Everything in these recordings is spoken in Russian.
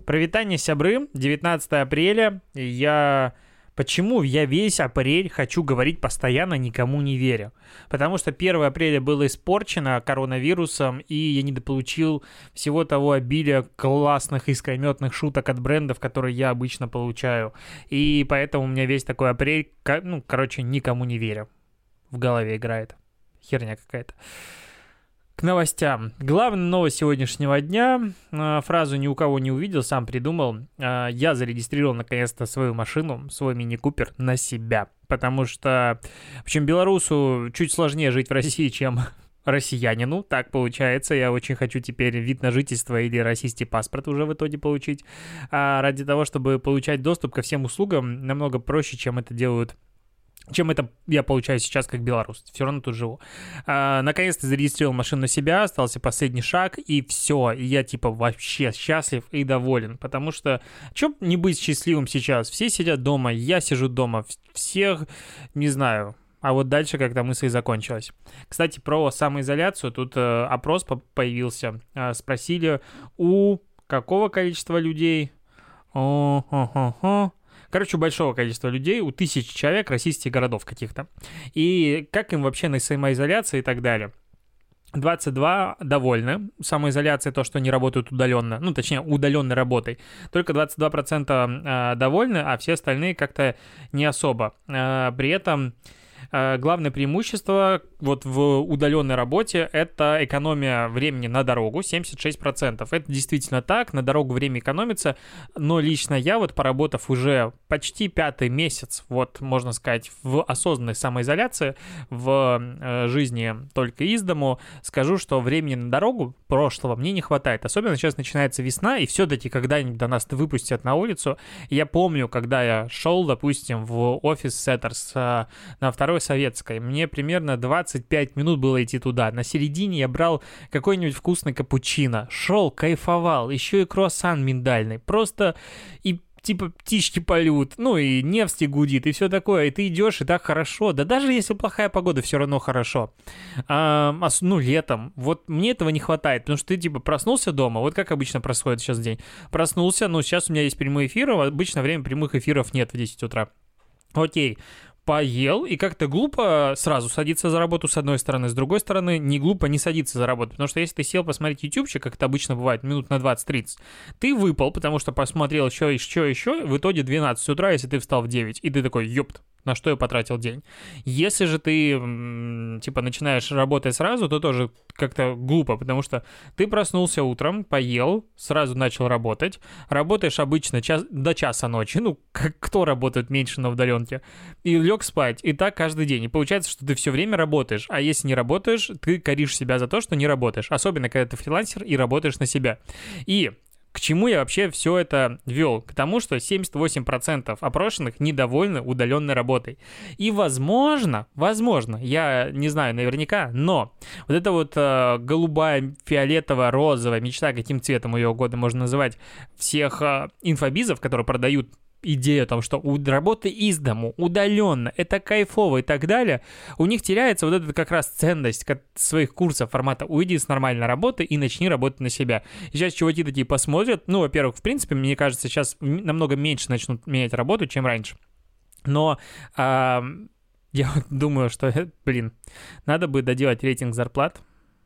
Привитание, сябры, 19 апреля. Почему я весь апрель хочу говорить постоянно «никому не верю»? Потому что 1 апреля было испорчено коронавирусом, и я недополучил всего того обилия классных искрометных шуток от брендов, которые я обычно получаю. И поэтому у меня весь такой апрель, никому не верю. В голове играет. Херня какая-то. К новостям. Главная новость сегодняшнего дня. Фразу «ни у кого не увидел», сам придумал. Я зарегистрировал наконец-то свою машину, свой мини-купер на себя. Потому что, в общем, белорусу чуть сложнее жить в России, чем россиянину. Так получается. Я очень хочу теперь вид на жительство или российский паспорт уже в итоге получить. Ради того, чтобы получать доступ ко всем услугам, намного проще, чем это я получаю сейчас как белорус. Все равно тут живу. Наконец-то зарегистрировал машину на себя, остался последний шаг, и все. И я вообще счастлив и доволен. Потому что, чё не быть счастливым сейчас? Все сидят дома, я сижу дома. Всех, не знаю. А вот дальше как-то мысль закончилась. Кстати, про самоизоляцию. Тут опрос появился. Спросили, у какого количества людей... у большого количества людей, у 1000 человек российских городов каких-то. И как им вообще на самоизоляции и так далее. 22 довольны. Самоизоляция, то, что они работают удаленно. Точнее, удаленной работой. Только 22% довольны, а все остальные как-то не особо. При этом... Главное преимущество вот в удаленной работе – это экономия времени на дорогу, 76%. Это действительно так, на дорогу время экономится, но лично я, поработав уже почти 5-й месяц, можно сказать, в осознанной самоизоляции, в жизни только из дому, скажу, что времени на дорогу прошлого мне не хватает. Особенно сейчас начинается весна, и все-таки когда-нибудь до нас выпустят на улицу. Я помню, когда я шел, допустим, в офис Сеттерс на 2-й Советской. Мне примерно 25 минут было идти туда. На середине я брал какой-нибудь вкусный капучино. Шел, кайфовал. Еще и круассан миндальный. Просто и птички поют, и Невский гудит, и все такое. И ты идешь, и так хорошо. Да даже если плохая погода, все равно хорошо. Летом. Мне этого не хватает, потому что ты, проснулся дома. Как обычно происходит сейчас день. Проснулся, сейчас у меня есть прямой эфир, а обычно время прямых эфиров нет в 10 утра. Окей. Поел, и как-то глупо сразу садиться за работу с одной стороны, с другой стороны не глупо не садиться за работу, потому что если ты сел посмотреть ютубчик, как это обычно бывает, минут на 20-30, ты выпал, потому что посмотрел еще, в итоге 12 утра, если ты встал в 9, и ты такой, ёпт, на что я потратил день. Если же ты, начинаешь работать сразу, то тоже как-то глупо, потому что ты проснулся утром, поел, сразу начал работать, работаешь обычно до часа ночи, кто работает меньше на удаленке, и лег спать, и так каждый день. И получается, что ты все время работаешь, а если не работаешь, ты коришь себя за то, что не работаешь, особенно когда ты фрилансер и работаешь на себя. И к чему я вообще все это вел? К тому, что 78% опрошенных недовольны удаленной работой. И возможно, я не знаю наверняка, но вот эта голубая, фиолетовая, розовая мечта, каким цветом ее угодно можно называть, всех инфобизов, которые продают идея о том, что работа из дому, удаленно, это кайфово и так далее, у них теряется эта как раз ценность своих курсов формата «Уйди с нормальной работы и начни работать на себя». И сейчас чуваки такие посмотрят, во-первых, в принципе, мне кажется, сейчас намного меньше начнут менять работу, чем раньше. Но я думаю, что, надо бы доделать рейтинг зарплат.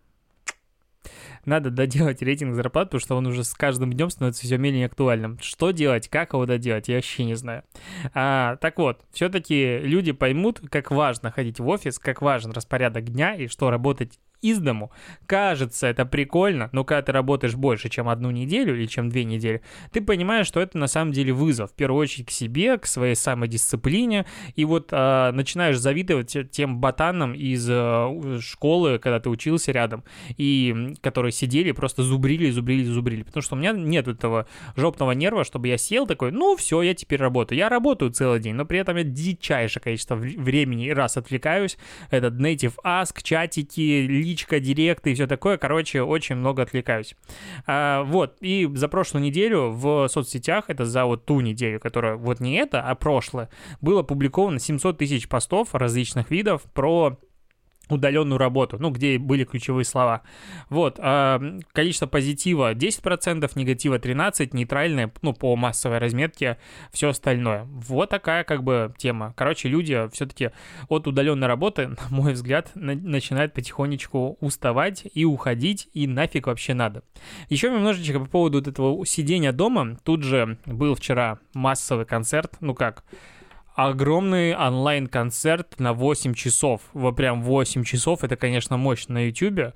Надо доделать рейтинг зарплат, потому что он уже с каждым днем становится все менее актуальным. Что делать, как его доделать, я вообще не знаю. Так вот, все-таки люди поймут, как важно ходить в офис, как важен распорядок дня и что работать из дому. Кажется, это прикольно, но когда ты работаешь больше, чем 1 неделю или чем 2 недели, ты понимаешь, что это на самом деле вызов. В первую очередь к себе, к своей самодисциплине. И начинаешь завидовать тем ботанам из школы, когда ты учился рядом, и которые сидели, просто зубрили. Потому что у меня нет этого жопного нерва, чтобы я сел такой, все, я теперь работаю. Я работаю целый день, но при этом я дичайшее количество времени и раз отвлекаюсь. Этот Native Ask, чатики, личка, директы и все такое. Очень много отвлекаюсь. И за прошлую неделю в соцсетях, это за ту неделю, которая не эта, а прошлая, было опубликовано 700 тысяч постов различных видов про удаленную работу, ну, где были ключевые слова. Вот, количество позитива 10%, негатива 13%, нейтральное, ну, по массовой разметке, все остальное. Вот такая, как бы, тема. Короче, люди все-таки от удаленной работы, на мой взгляд, начинают потихонечку уставать и уходить, и нафиг вообще надо. Еще немножечко по поводу вот этого сидения дома. Тут же был вчера массовый концерт, ну как, огромный онлайн-концерт на 8 часов. Вот прям 8 часов, это, конечно, мощно на YouTube.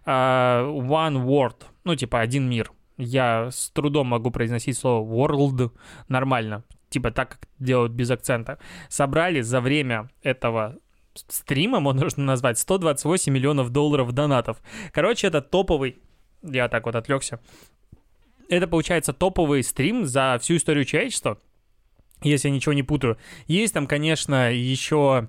One World, ну, типа, один мир. Я с трудом могу произносить слово world нормально, типа так, как делают без акцента. Собрали за время этого стрима, можно назвать, $128 миллионов донатов. Короче, это топовый... Я так вот отвлекся. Это, получается, топовый стрим за всю историю человечества, если я ничего не путаю. Есть там, конечно, еще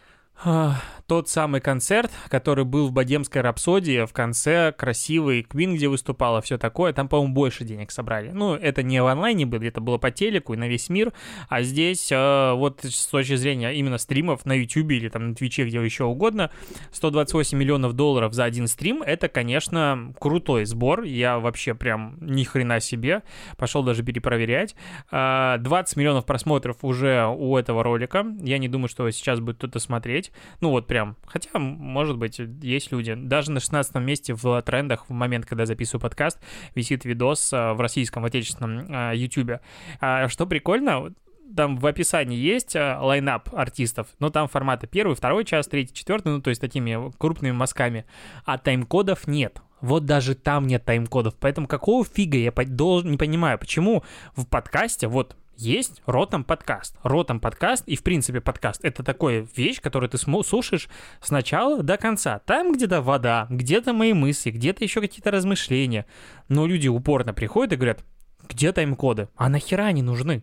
тот самый концерт, который был в «Богемской рапсодии», в конце красивый Queen, где выступала, все такое, там, по-моему, больше денег собрали. Ну, это не в онлайне было, это было по телеку и на весь мир, а здесь вот с точки зрения именно стримов на YouTube или там на Твиче, где еще угодно, $128 миллионов за один стрим, это, конечно, крутой сбор, я вообще прям ни хрена себе, пошел даже перепроверять. 20 миллионов просмотров уже у этого ролика, я не думаю, что сейчас будет кто-то смотреть, ну вот прям, хотя, может быть, есть люди. Даже на 16 месте в трендах в момент, когда записываю подкаст, висит видос в российском, в отечественном YouTube. Что прикольно, там в описании есть лайнап артистов, но там форматы 1, 2 час, 3, 4, ну то есть такими крупными мазками, а тайм-кодов нет. Вот даже там нет тайм-кодов, поэтому какого фига я не понимаю, почему в подкасте, вот, есть Ротом подкаст. Ротом подкаст и, в принципе, подкаст — это такая вещь, которую ты слушаешь с начала до конца. Там где-то вода, где-то мои мысли, где-то еще какие-то размышления. Но люди упорно приходят и говорят, где тайм-коды? А нахера они нужны?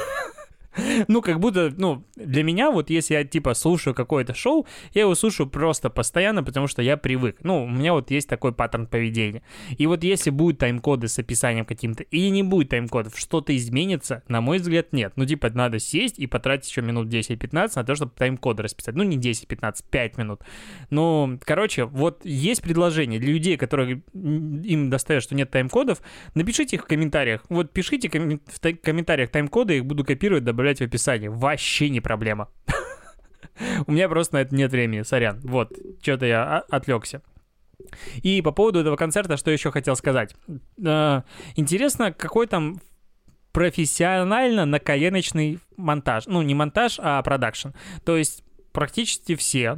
Ну, как будто, ну, для меня, вот если я, типа, слушаю какое-то шоу, я его слушаю просто постоянно, потому что я привык. Ну, у меня вот есть такой паттерн поведения. И вот если будут тайм-коды с описанием каким-то, или не будет тайм-кодов, что-то изменится, на мой взгляд, нет. Ну, типа, надо сесть и потратить еще минут 10-15 на то, чтобы тайм-коды расписать. Ну, не 10-15, 5 минут. Ну, короче, вот есть предложение для людей, которые им достает, что нет тайм-кодов, напишите их в комментариях. Вот пишите в комментариях тайм-коды, их буду копировать, добавлять в описании. Вообще не проблема. У меня просто на это нет времени, сорян. Вот, что-то я отвлекся. И по поводу этого концерта, что еще хотел сказать. Интересно, какой там профессионально наколеночный монтаж. Ну, не монтаж, а продакшн. То есть практически все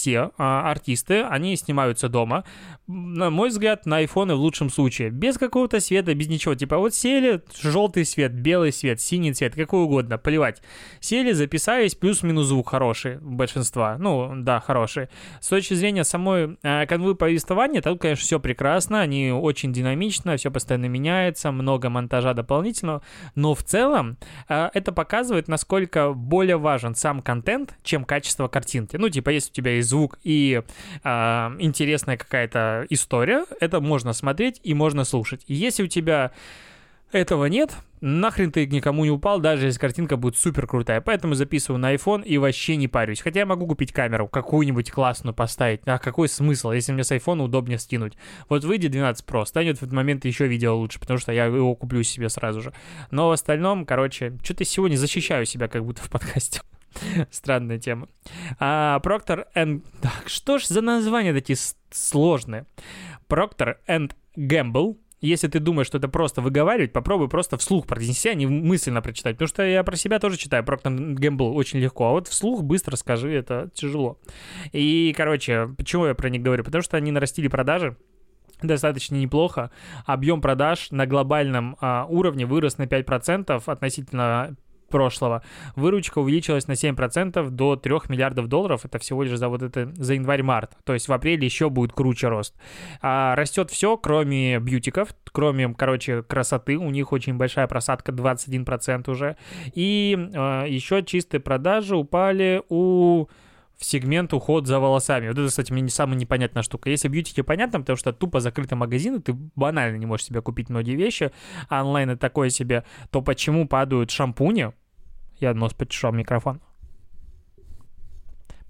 артисты, они снимаются дома, на мой взгляд, на айфоны в лучшем случае, без какого-то света, без ничего, типа вот сели, желтый свет, белый свет, синий цвет, какой угодно, плевать. Сели, записались, плюс-минус звук хороший, большинства, ну, да, хороший. С точки зрения самой канвы повествования, тут, конечно, все прекрасно, они очень динамично, все постоянно меняется, много монтажа дополнительного, но в целом это показывает, насколько более важен сам контент, чем качество картинки. Ну, типа, если у тебя есть звук и интересная какая-то история, это можно смотреть и можно слушать. И если у тебя этого нет, нахрен ты никому не упал, даже если картинка будет супер крутая. Поэтому записываю на iPhone и вообще не парюсь. Хотя я могу купить камеру, какую-нибудь классную поставить. А какой смысл, если мне с iPhone удобнее скинуть? Вот выйдет 12 Pro, станет в этот момент еще видео лучше, потому что я его куплю себе сразу же. Но в остальном, короче, что-то сегодня защищаю себя как будто в подкасте. Странная тема. Procter and... Что ж за названия такие сложные? Procter and Gamble. Если ты думаешь, что это просто выговаривать, попробуй просто вслух произнести, а не мысленно прочитать. Потому что я про себя тоже читаю Procter and Gamble очень легко, а вот вслух быстро скажи, это тяжело. И, короче, почему я про них говорю? Потому что они нарастили продажи достаточно неплохо. Объем продаж на глобальном уровне вырос на 5% относительно прошлого. Выручка увеличилась на 7% до $3 миллиардов. Это всего лишь за январь-март. То есть в апреле еще будет круче рост. Растет все, кроме бьютиков, кроме, красоты. У них очень большая просадка, 21% уже. И еще чистые продажи упали в сегмент уход за волосами. Вот это, кстати, мне самая непонятная штука. Если бьютики понятно, потому что тупо закрыты магазины, ты банально не можешь себе купить многие вещи, а онлайн это такое себе, то почему падают шампуни? Я нос подчешал микрофон.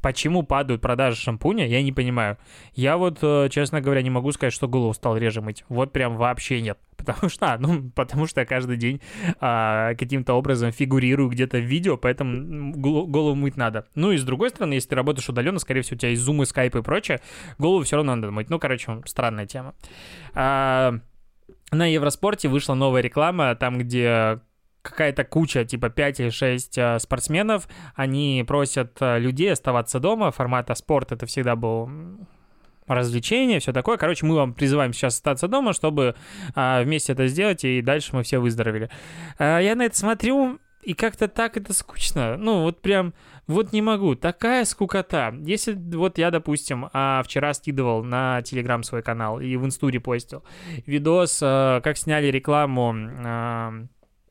Почему падают продажи шампуня, я не понимаю. Я вот, честно говоря, не могу сказать, что голову стал реже мыть. Вот прям вообще нет. Потому что я каждый день каким-то образом фигурирую где-то в видео, поэтому голову мыть надо. Ну и с другой стороны, если ты работаешь удаленно, скорее всего, у тебя есть зумы, скайпы и прочее, голову все равно надо мыть. Ну, короче, странная тема. На Евроспорте вышла новая реклама, там, где какая-то куча, типа 5 или 6 спортсменов, они просят людей оставаться дома, формата спорт это всегда был развлечение, все такое. Короче, мы вам призываем сейчас остаться дома, чтобы вместе это сделать, и дальше мы все выздоровели. Я на это смотрю, и как-то так это скучно. Ну, вот прям, вот не могу. Такая скукота. Если вот я, допустим, вчера скидывал на Телеграм свой канал и в Инсту репостил видос, как сняли рекламу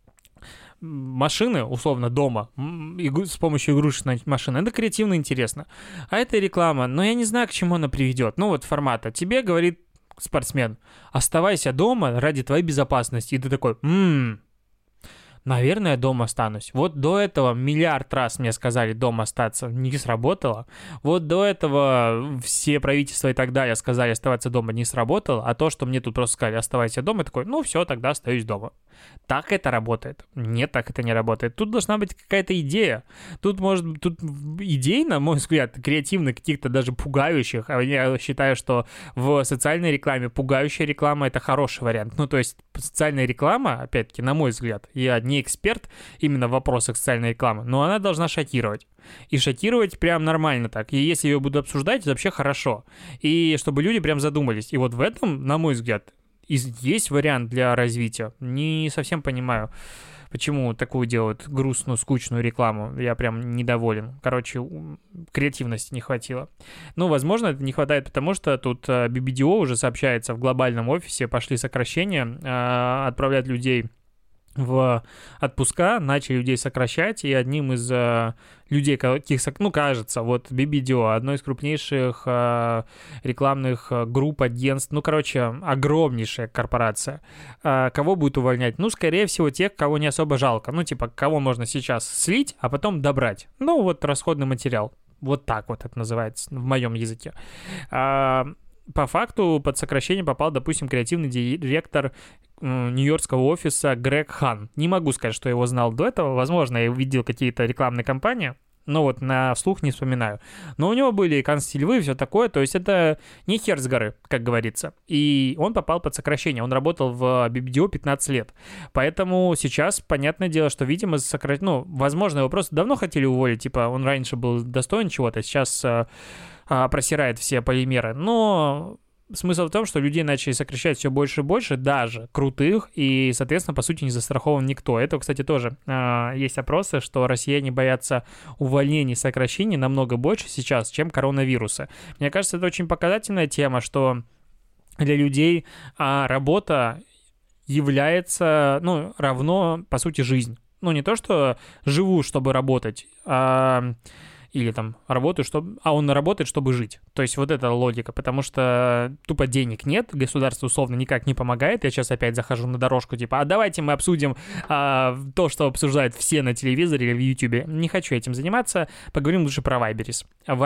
машины, условно, дома, с помощью игрушечной машины. Это креативно интересно. А это реклама, но я не знаю, к чему она приведет. Ну вот формата. Тебе говорит спортсмен, оставайся дома ради твоей безопасности. И ты такой, наверное, дома останусь. Вот до этого миллиард раз мне сказали дома остаться, не сработало. Вот до этого все правительства и так далее сказали оставаться дома, не сработало. А то, что мне тут просто сказали оставайся дома, я такой, ну все, тогда остаюсь дома. Так это работает? Нет, так это не работает. Тут должна быть какая-то идея. Тут идей, на мой взгляд, креативных, каких-то даже пугающих. А я считаю, что в социальной рекламе пугающая реклама — это хороший вариант. Ну, то есть социальная реклама, опять-таки, на мой взгляд, я не эксперт именно в вопросах социальной рекламы, но она должна шокировать. И шокировать прям нормально так. И если ее буду обсуждать, это вообще хорошо. И чтобы люди прям задумались. И вот в этом, на мой взгляд, есть вариант для развития. Не совсем понимаю, почему такую делают грустную, скучную рекламу. Я прям недоволен. Короче, креативности не хватило. Ну, возможно, это не хватает, потому что тут BBDO уже сообщается в глобальном офисе, пошли сокращения, отправлять людей в отпуска, начали людей сокращать, и одним из людей, каких, ну, кажется, вот BBDO, одной из крупнейших рекламных групп, агентств, ну, короче, огромнейшая корпорация. Кого будет увольнять? Ну, скорее всего, тех, кого не особо жалко. Ну, типа, кого можно сейчас слить, а потом добрать. Ну, вот расходный материал. Вот так вот это называется в моем языке. По факту под сокращение попал, допустим, креативный директор нью-йоркского офиса Грег Хан. Не могу сказать, что я его знал до этого. Возможно, я видел какие-то рекламные кампании, но вот на слух не вспоминаю. Но у него были констильвы и все такое. То есть это не хер с горы, как говорится. И он попал под сокращение. Он работал в BBDO 15 лет. Поэтому сейчас, понятное дело, что, видимо, ну, возможно, его просто давно хотели уволить. Типа, он раньше был достоин чего-то, сейчас просирает все полимеры. Но смысл в том, что людей начали сокращать все больше и больше, даже крутых, и, соответственно, по сути, не застрахован никто. Это, кстати, тоже есть опросы, что россияне боятся увольнений, сокращений намного больше сейчас, чем коронавируса. Мне кажется, это очень показательная тема, что для людей работа является, ну, равно, по сути, жизнь. Ну, не то, что живу, чтобы работать, или там работаю, он работает, чтобы жить. То есть вот эта логика, потому что тупо денег нет, государство условно никак не помогает. Я сейчас опять захожу на дорожку, типа, а давайте мы обсудим то, что обсуждают все на телевизоре или в Ютубе. Не хочу этим заниматься, поговорим лучше про Wildberries.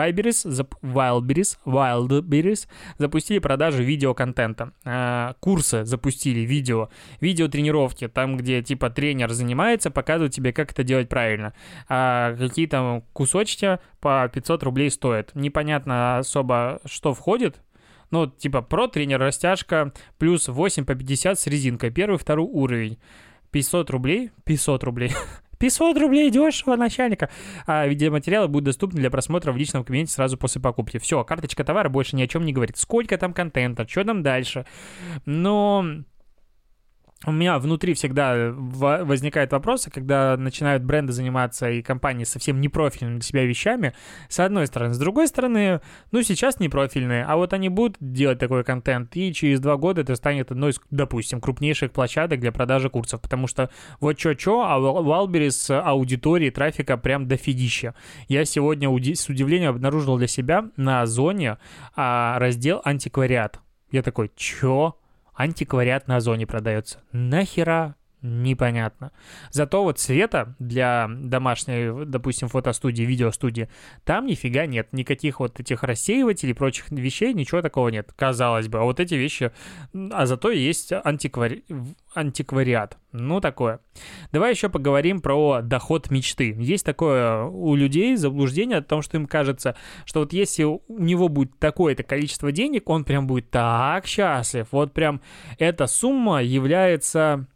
Wildberries запустили продажу видеоконтента. Курсы запустили видеотренировки, там, где типа тренер занимается, показывает тебе, как это делать правильно. Какие там кусочки по 500 рублей стоят. Непонятно особо, что входит. Ну, типа, про-тренер, растяжка, плюс 8 по 50 с резинкой. Первый, второй уровень. 500 рублей? 500 рублей. 500 рублей дешево, начальника. Видеоматериалы будут доступны для просмотра в личном кабинете сразу после покупки. Все, карточка товара больше ни о чем не говорит. Сколько там контента, что там дальше. Но у меня внутри всегда возникают вопросы, когда начинают бренды заниматься и компании совсем непрофильными для себя вещами, с одной стороны. С другой стороны, ну, сейчас непрофильные, а вот они будут делать такой контент, и через 2 года это станет одной из, допустим, крупнейших площадок для продажи курсов, потому что вот чё-чё, а в Wildberries аудитории трафика прям дофигища. Я сегодня с удивлением обнаружил для себя на Озоне раздел «Антиквариат». Я такой, чё? Антиквариат на Озоне продается. Нахера? Непонятно. Зато вот света для домашней, допустим, фотостудии, видеостудии, там нифига нет. Никаких вот этих рассеивателей, прочих вещей, ничего такого нет. Казалось бы. А вот эти вещи... А зато есть антиквариат. Ну, такое. Давай еще поговорим про доход мечты. Есть такое у людей заблуждение о том, что им кажется, что вот если у него будет такое-то количество денег, он прям будет так счастлив. Вот прям эта сумма является...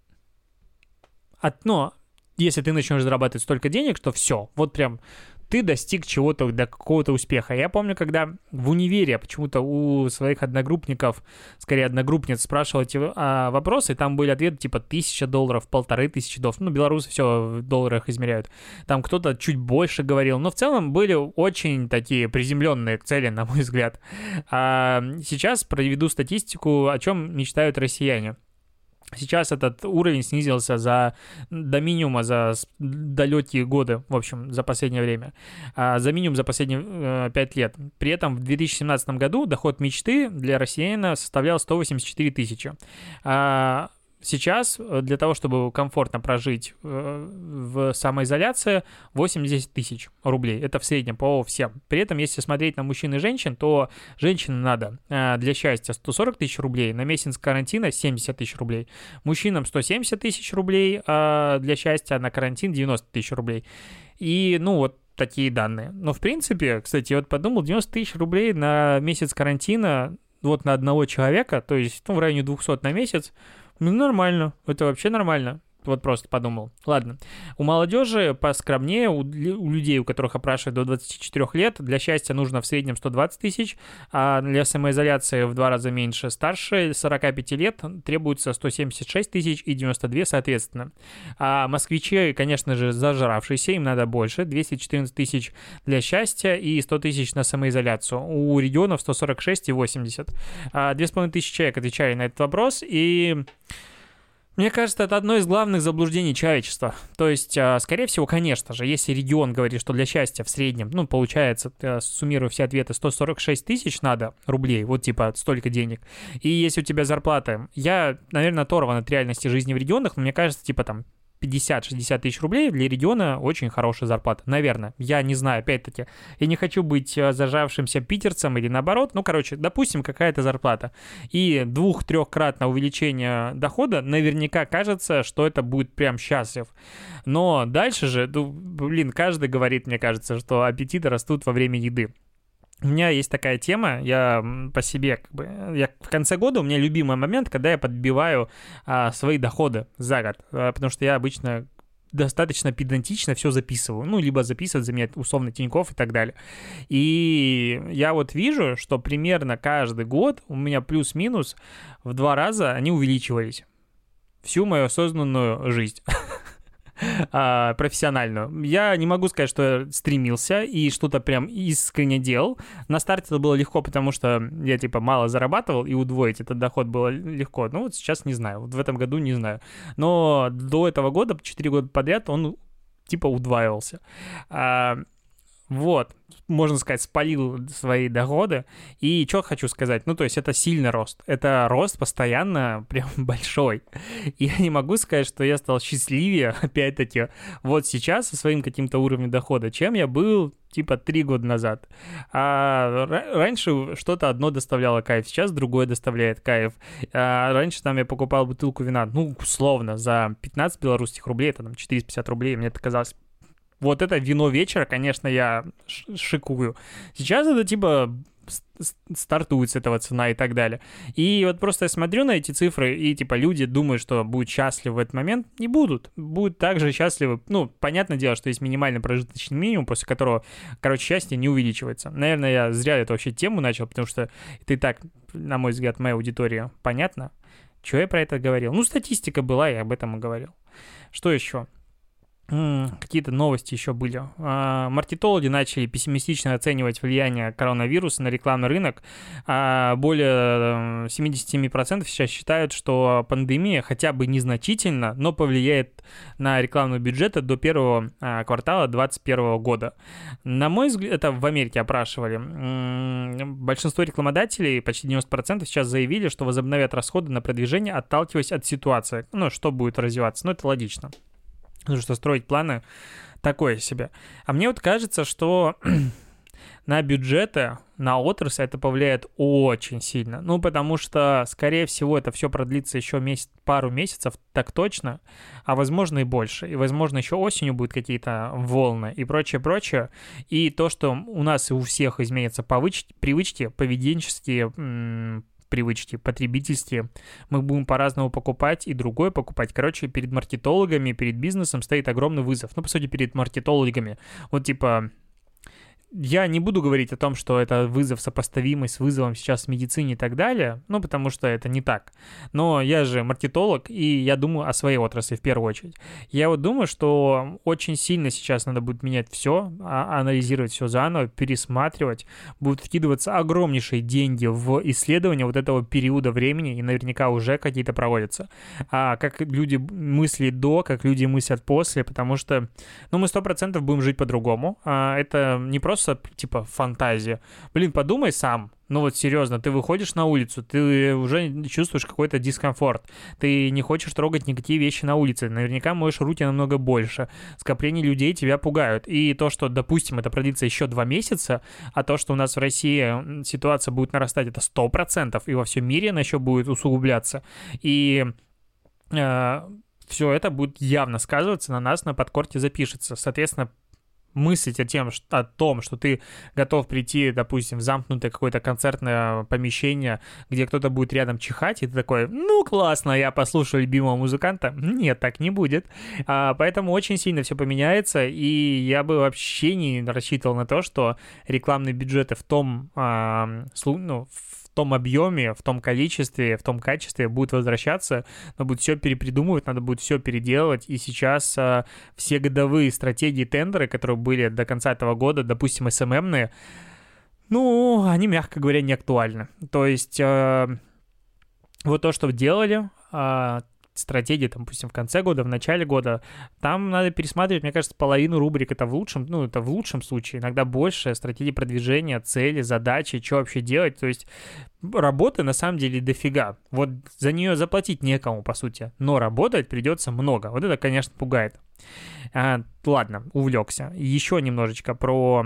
Но если ты начнешь зарабатывать столько денег, что все, вот прям ты достиг чего-то, до какого-то успеха. Я помню, когда в универе почему-то у своих одногруппников, скорее одногруппниц, спрашивал эти вопросы, и там были ответы типа $1000, $1500. Ну, белорусы все в долларах измеряют. Там кто-то чуть больше говорил. Но в целом были очень такие приземленные цели, на мой взгляд. А сейчас проведу статистику, о чем мечтают россияне. Сейчас этот уровень снизился до минимума за далекие годы, в общем, за последнее время. За минимум за последние 5 лет. При этом в 2017 году доход мечты для россиянина составлял 184 тысячи. Сейчас для того, чтобы комфортно прожить в самоизоляции, 80 тысяч рублей. Это в среднем по всем. При этом, если смотреть на мужчин и женщин, то женщинам надо для счастья 140 тысяч рублей, на месяц карантина 70 тысяч рублей. Мужчинам 170 тысяч рублей для счастья, на карантин 90 тысяч рублей. И, ну, вот такие данные. Но, в принципе, кстати, я вот подумал, 90 тысяч рублей на месяц карантина вот на одного человека, то есть, ну, в районе 200 на месяц, ну, нормально. Это вообще нормально. Вот просто подумал. Ладно. У молодежи поскромнее, у людей, у которых опрашивают до 24 лет, для счастья нужно в среднем 120 тысяч, а для самоизоляции в 2 раза меньше. Старше 45 лет требуется 176 тысяч и 92 соответственно. А москвичи, конечно же, зажравшиеся, им надо больше. 214 тысяч для счастья и 100 тысяч на самоизоляцию. У регионов 146 и 80. 2500 человек отвечали на этот вопрос, и... Мне кажется, это одно из главных заблуждений человечества. То есть, скорее всего, конечно же, если регион говорит, что для счастья в среднем, ну, получается, суммируя все ответы, 146 тысяч надо рублей, вот типа столько денег. И если у тебя зарплата, я, наверное, оторван от реальности жизни в регионах, но мне кажется, типа там 50-60 тысяч рублей для региона очень хорошая зарплата. Наверное. Я не знаю, опять-таки. Я не хочу быть зажавшимся питерцем или наоборот. Ну, короче, допустим, какая-то зарплата. И 2-3-кратное увеличение дохода наверняка кажется, что это будет прям счастлив. Но дальше же, ну, блин, каждый говорит, мне кажется, что аппетиты растут во время еды. У меня есть такая тема, я по себе, как бы, я в конце года, у меня любимый момент, когда я подбиваю свои доходы за год, потому что я обычно достаточно педантично все записываю, ну, либо записывать за меня условно Тинькофф и так далее. И я вот вижу, что примерно каждый год у меня плюс-минус в 2 раза они увеличивались всю мою осознанную жизнь. Профессиональную. Я не могу сказать, что я стремился и что-то прям искренне делал. На старте это было легко, потому что я типа мало зарабатывал, и удвоить этот доход было легко. Ну вот сейчас не знаю, вот в этом году не знаю. Но до этого года, 4 года подряд, он типа удваивался. Вот, можно сказать, спалил свои доходы. И что хочу сказать, ну, то есть это сильный рост. Это рост постоянно прям большой. И я не могу сказать, что я стал счастливее, опять-таки, вот сейчас со своим каким-то уровнем дохода, чем я был, типа, 3 года назад. А раньше что-то одно доставляло кайф, сейчас другое доставляет кайф. Раньше там я покупал бутылку вина, ну, условно, за 15 белорусских рублей, это там 450 рублей, мне это казалось... Вот это вино вечера, конечно, я шикую. Сейчас это типа стартует с этого цена и так далее. И вот просто я смотрю на эти цифры, и типа люди думают, что будут счастливы в этот момент. Не будут. Будут также счастливы. Ну, понятное дело, что есть минимальный прожиточный минимум, после которого, короче, счастье не увеличивается. Наверное, я зря эту вообще тему начал, потому что это и так, на мой взгляд, моя аудитория понятно. Чего я про это говорил? Ну, статистика была, я об этом и говорил. Что еще? Какие-то новости еще были. Маркетологи начали пессимистично оценивать влияние коронавируса на рекламный рынок. Более 77% сейчас считают, что пандемия хотя бы незначительно, но повлияет на рекламные бюджеты до первого квартала 2021 года. На мой взгляд, это в Америке опрашивали. Большинство рекламодателей, почти 90%, сейчас заявили, что возобновят расходы на продвижение, отталкиваясь от ситуации. Ну, что будет развиваться. Ну, это логично. Потому что строить планы такое себе. А мне вот кажется, что на бюджеты, на отрасль это повлияет очень сильно. Ну, потому что, скорее всего, это все продлится еще пару месяцев, так точно, а возможно и больше. И, возможно, еще осенью будут какие-то волны и прочее. И то, что у нас и у всех изменятся привычки, поведенческие привычки, потребительские, мы будем по-разному покупать и другое покупать. Короче, перед маркетологами, перед бизнесом стоит огромный вызов. Ну, по сути, перед маркетологами. Вот, типа, я не буду говорить о том, что это вызов сопоставимый с вызовом сейчас в медицине и так далее, ну, потому что это не так. Но я же маркетолог, и я думаю о своей отрасли в первую очередь. Я вот думаю, что очень сильно сейчас надо будет менять все, анализировать все заново, пересматривать. Будут вкидываться огромнейшие деньги в исследование вот этого периода времени, и наверняка уже какие-то проводятся. Как люди мыслят до, как люди мыслят после, потому что, ну, мы 100% будем жить по-другому. Это не просто типа фантазия. Блин, подумай сам. Ну вот серьезно, ты выходишь на улицу, ты уже чувствуешь какой-то дискомфорт. Ты не хочешь трогать никакие вещи на улице. Наверняка моешь руки намного больше. Скопление людей тебя пугают. И то, что, допустим, это продлится еще 2 месяца, а то, что у нас в России ситуация будет нарастать, это 100%, и во всем мире она еще будет усугубляться. И все это будет явно сказываться на нас, на подкорке запишется. Соответственно, мыслить о том, что ты готов прийти, допустим, в замкнутое какое-то концертное помещение, где кто-то будет рядом чихать, и ты такой, ну, классно, я послушаю любимого музыканта. Нет, так не будет. Поэтому очень сильно все поменяется, и я бы вообще не рассчитывал на то, что рекламные бюджеты в том объеме, в том количестве, в том качестве будут возвращаться, но будет все перепридумывать, надо будет все переделывать, и сейчас все годовые стратегии тендеры, которые были до конца этого года, допустим, СММные, ну, они, мягко говоря, не актуальны. То есть вот то, что делали, стратегии, там, допустим, в конце года, в начале года, там надо пересматривать, мне кажется, половину рубрик, это в лучшем случае, иногда больше, стратегии продвижения, цели, задачи, что вообще делать, то есть работы на самом деле дофига, вот за нее заплатить некому, по сути, но работать придется много, вот это, конечно, пугает. Ладно, увлекся. Еще немножечко про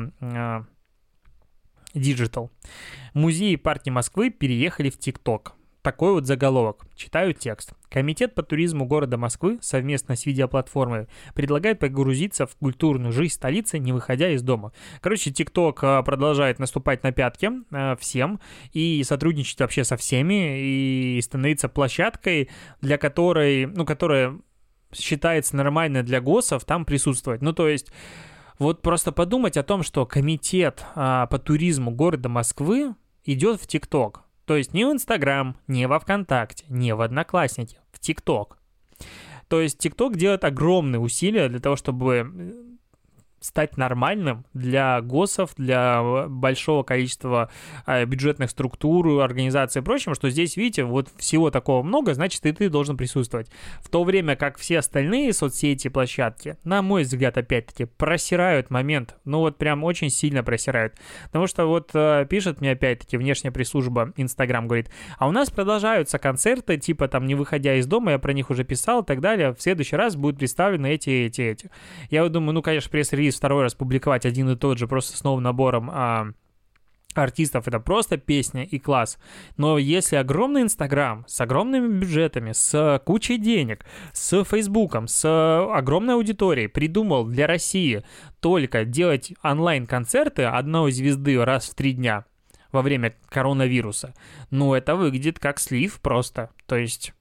диджитал. Музеи и парки Москвы переехали в ТикТок. Такой вот заголовок. Читаю текст. Комитет по туризму города Москвы совместно с видеоплатформой предлагает погрузиться в культурную жизнь столицы, не выходя из дома. Короче, ТикТок продолжает наступать на пятки всем и сотрудничать вообще со всеми, и становится площадкой, для которая считается нормальной для госов там присутствовать. Ну, то есть, вот просто подумать о том, что комитет по туризму города Москвы идет в ТикТок. То есть не в Инстаграм, не во ВКонтакте, не в Одноклассники, в ТикТок. То есть ТикТок делает огромные усилия для того, чтобы стать нормальным для госов, для большого количества бюджетных структур, организаций и прочего, что здесь, видите, вот всего такого много, значит, и ты должен присутствовать. В то время как все остальные соцсети, площадки, на мой взгляд, опять-таки, просирают момент, ну вот прям очень сильно просирают. Потому что вот пишет мне опять-таки внешняя пресс-служба Инстаграм, говорит, а у нас продолжаются концерты, типа там не выходя из дома, я про них уже писал и так далее, в следующий раз будут представлены эти. Я вот думаю, ну, конечно, пресс-релиз второй раз публиковать один и тот же, просто с новым набором артистов, это просто песня и класс. Но если огромный Инстаграм с огромными бюджетами, с кучей денег, с Фейсбуком, с огромной аудиторией придумал для России только делать онлайн-концерты одной звезды раз в 3 дня во время коронавируса, ну, это выглядит как слив просто. То есть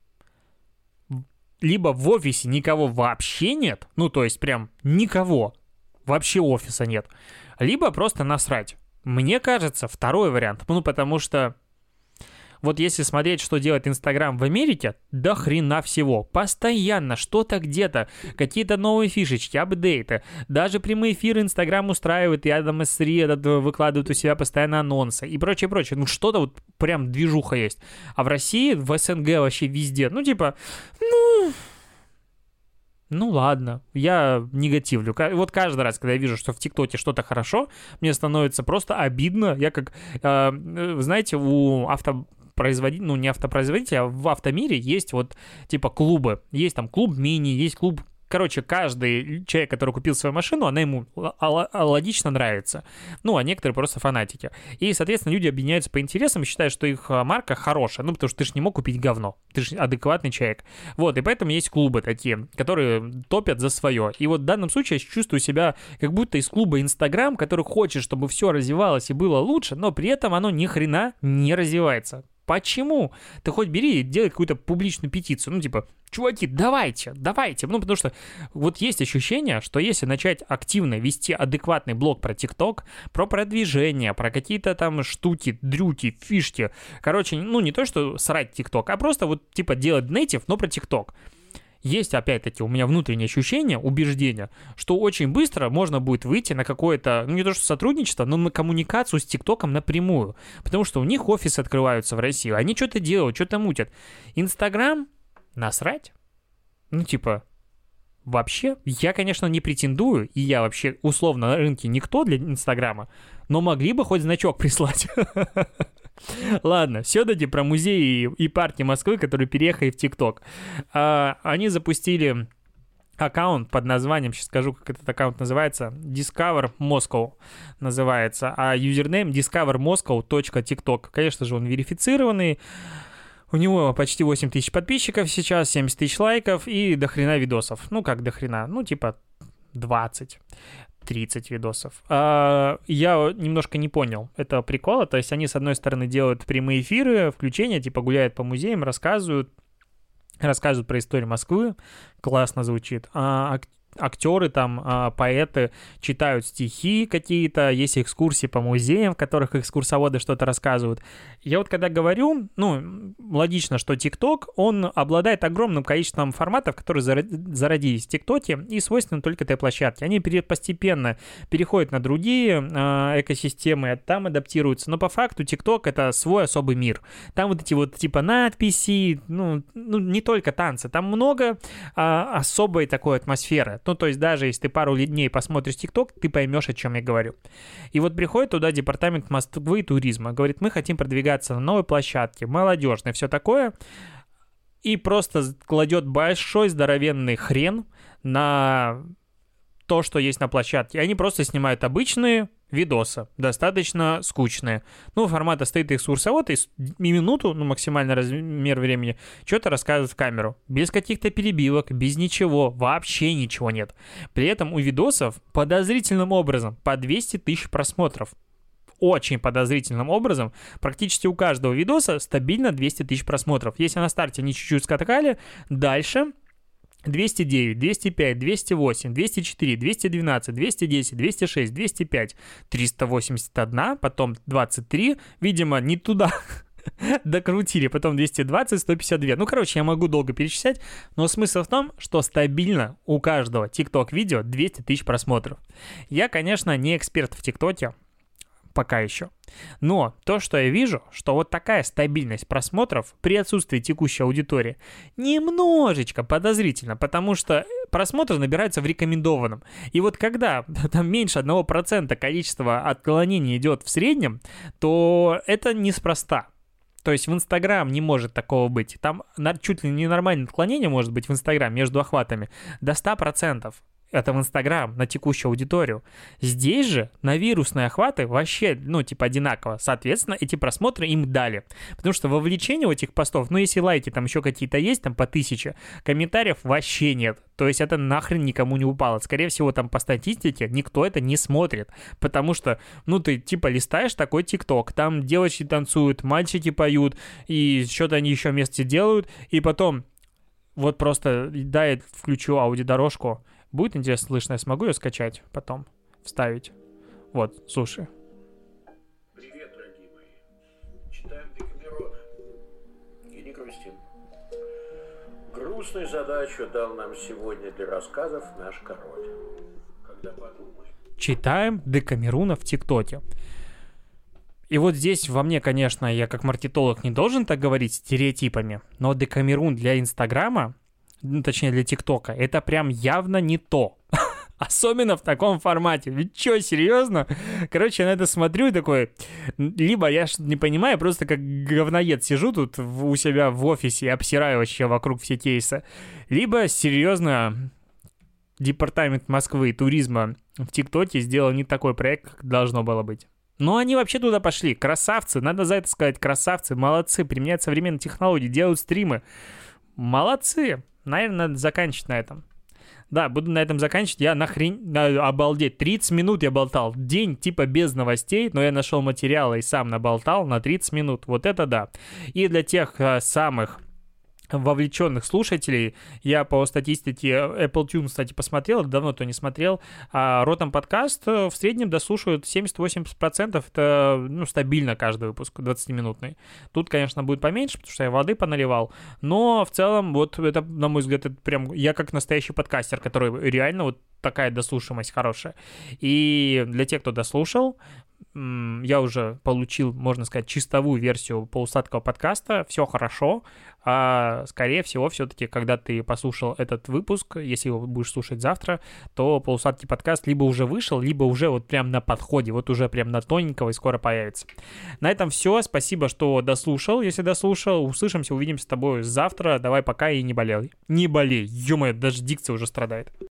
либо в офисе никого вообще нет, ну, то есть прям никого, вообще офиса нет, либо просто насрать. Мне кажется, второй вариант, ну, потому что Вот если смотреть, что делает Инстаграм в Америке, до хрена всего. Постоянно что-то где-то, какие-то новые фишечки, апдейты. Даже прямые эфиры Инстаграм устраивает, и Адам С3 выкладывает у себя постоянно анонсы и прочее, прочее. Ну что-то вот прям движуха есть. А в России, в СНГ вообще везде, ну типа, ну ладно, я негативлю. Вот каждый раз, когда я вижу, что в ТикТоке что-то хорошо, мне становится просто обидно. Я как, знаете, у автопроизводителя, ну не автопроизводителя, а в автомире есть вот типа клубы. Есть там клуб мини, есть клуб... Короче, каждый человек, который купил свою машину, она ему логично нравится. Ну, а некоторые просто фанатики. И, соответственно, люди объединяются по интересам и считают, что их марка хорошая. Ну, потому что ты же не мог купить говно. Ты же адекватный человек. Вот, и поэтому есть клубы такие, которые топят за свое. И вот в данном случае я чувствую себя как будто из клуба Инстаграм, который хочет, чтобы все развивалось и было лучше, но при этом оно ни хрена не развивается. Почему? Ты хоть бери и делай какую-то публичную петицию. Ну, типа, чуваки, давайте. Ну, потому что вот есть ощущение, что если начать активно вести адекватный блог про ТикТок, про продвижение, про какие-то там штуки, дрюки, фишки, короче, ну, не то, что срать ТикТок, а просто вот, типа, делать нейтив, но про ТикТок. Есть, опять-таки, у меня внутреннее ощущение, убеждение, что очень быстро можно будет выйти на какое-то, ну не то что сотрудничество, но на коммуникацию с ТикТоком напрямую. Потому что у них офисы открываются в России, они что-то делают, что-то мутят. Инстаграм? Насрать? Ну типа, вообще, я, конечно, не претендую, и я вообще условно на рынке никто для Инстаграма, но могли бы хоть значок прислать. Ладно, все-таки про музеи и парки Москвы, которые переехали в ТикТок. Они запустили аккаунт под названием, сейчас скажу, как этот аккаунт называется, Discover Moscow называется, а юзернейм discovermoscow.tiktok. Конечно же, он верифицированный. У него почти 8 тысяч подписчиков сейчас, 70 тысяч лайков и дохрена видосов. Ну, как дохрена? Ну, типа 20. 30 видосов. Я немножко не понял этого прикола. То есть они, с одной стороны, делают прямые эфиры, включения, типа гуляют по музеям, рассказывают про историю Москвы. Классно звучит. Актеры там, поэты читают стихи какие-то, есть экскурсии по музеям, в которых экскурсоводы что-то рассказывают. Я вот когда говорю, ну, логично, что ТикТок, он обладает огромным количеством форматов, которые зародились в ТикТоке и свойственны только этой площадке. Они постепенно переходят на другие экосистемы, там адаптируются, но по факту ТикТок — это свой особый мир. Там вот эти вот типа надписи, ну не только танцы, там много особой такой атмосферы. Ну, то есть даже если ты пару дней посмотришь ТикТок, ты поймешь, о чем я говорю. И вот приходит туда департамент Москвы и туризма, говорит, мы хотим продвигаться на новой площадке, молодежной, все такое, и просто кладет большой здоровенный хрен на то, что есть на площадке. Они просто снимают обычные видосы, достаточно скучные. Ну, формата стоит экскурсовод и минуту, ну, максимальный размер времени, что-то рассказывает в камеру. Без каких-то перебивок, без ничего, вообще ничего нет. При этом у видосов подозрительным образом по 200 тысяч просмотров. Очень подозрительным образом. Практически у каждого видоса стабильно 200 тысяч просмотров. Если на старте они чуть-чуть скакали, дальше 209, 205, 208, 204, 212, 210, 206, 205, 381, потом 23, видимо, не туда докрутили, потом 220, 152. Ну, короче, я могу долго перечислять, но смысл в том, что стабильно у каждого TikTok-видео 200 тысяч просмотров. Я, конечно, не эксперт в ТикТоке, пока еще. Но то, что я вижу, что вот такая стабильность просмотров при отсутствии текущей аудитории немножечко подозрительно, потому что просмотр набирается в рекомендованном. И вот когда там меньше 1% количества отклонений идет в среднем, то это неспроста. То есть в Инстаграм не может такого быть. Там чуть ли не нормальное отклонение может быть в Инстаграм между охватами до 100%. Это в Инстаграм, на текущую аудиторию. Здесь же на вирусные охваты вообще, ну, типа одинаково. Соответственно, эти просмотры им дали. Потому что вовлечение у этих постов, ну, если лайки там еще какие-то есть, там по 1000, комментариев вообще нет. То есть это нахрен никому не упало. Скорее всего, там по статистике никто это не смотрит. Потому что, ну, ты типа листаешь такой ТикТок, там девочки танцуют, мальчики поют, и что-то они еще вместе делают, и потом вот просто, да, я включу аудиодорожку. Будет интересно слышно, я смогу ее скачать потом, вставить. Вот, слушай. Привет, дорогие мои. Читаем Декамерона. Грустную задачу дал нам сегодня для рассказов наш король. Когда подумаешь... Читаем Декамеруна в ТикТоке. И вот здесь во мне, конечно, я как маркетолог не должен так говорить стереотипами, но Декамерун для Инстаграма, ну, точнее для ТикТока, это прям явно не то. Особенно в таком формате. Ведь что, серьезно? Короче, я на это смотрю и такой... Либо я что-то не понимаю, просто как говноед сижу тут у себя в офисе и обсираю вообще вокруг все кейсы. Либо, серьезно, департамент Москвы и туризма в ТикТоке сделал не такой проект, как должно было быть. Но они вообще туда пошли. Красавцы, надо за это сказать. Красавцы, молодцы, применяют современные технологии, делают стримы. Молодцы. Наверное, надо заканчивать на этом. Да, буду на этом заканчивать. Я обалдеть. 30 минут я болтал. День типа без новостей, но я нашел материалы и сам наболтал на 30 минут. Вот это да. И для тех самых вовлеченных слушателей, я по статистике Apple Tune, кстати, посмотрел, давно то не смотрел, а Rotten Podcast в среднем дослушивают 70-80%, это, ну, стабильно каждый выпуск, 20-минутный. Тут, конечно, будет поменьше, потому что я воды поналивал, но в целом, вот это, на мой взгляд, это прям я как настоящий подкастер, который реально вот такая дослушиваемость хорошая. И для тех, кто дослушал, я уже получил, можно сказать, чистовую версию полусладкого подкаста, все хорошо, а скорее всего, все-таки, когда ты послушал этот выпуск, если его будешь слушать завтра, то полусладкий подкаст либо уже вышел, либо уже вот прям на подходе, вот уже прям на тоненького и скоро появится. На этом все, спасибо, что дослушал, если дослушал, услышимся, увидимся с тобой завтра, давай пока и не болей, ё-моё, даже дикция уже страдает.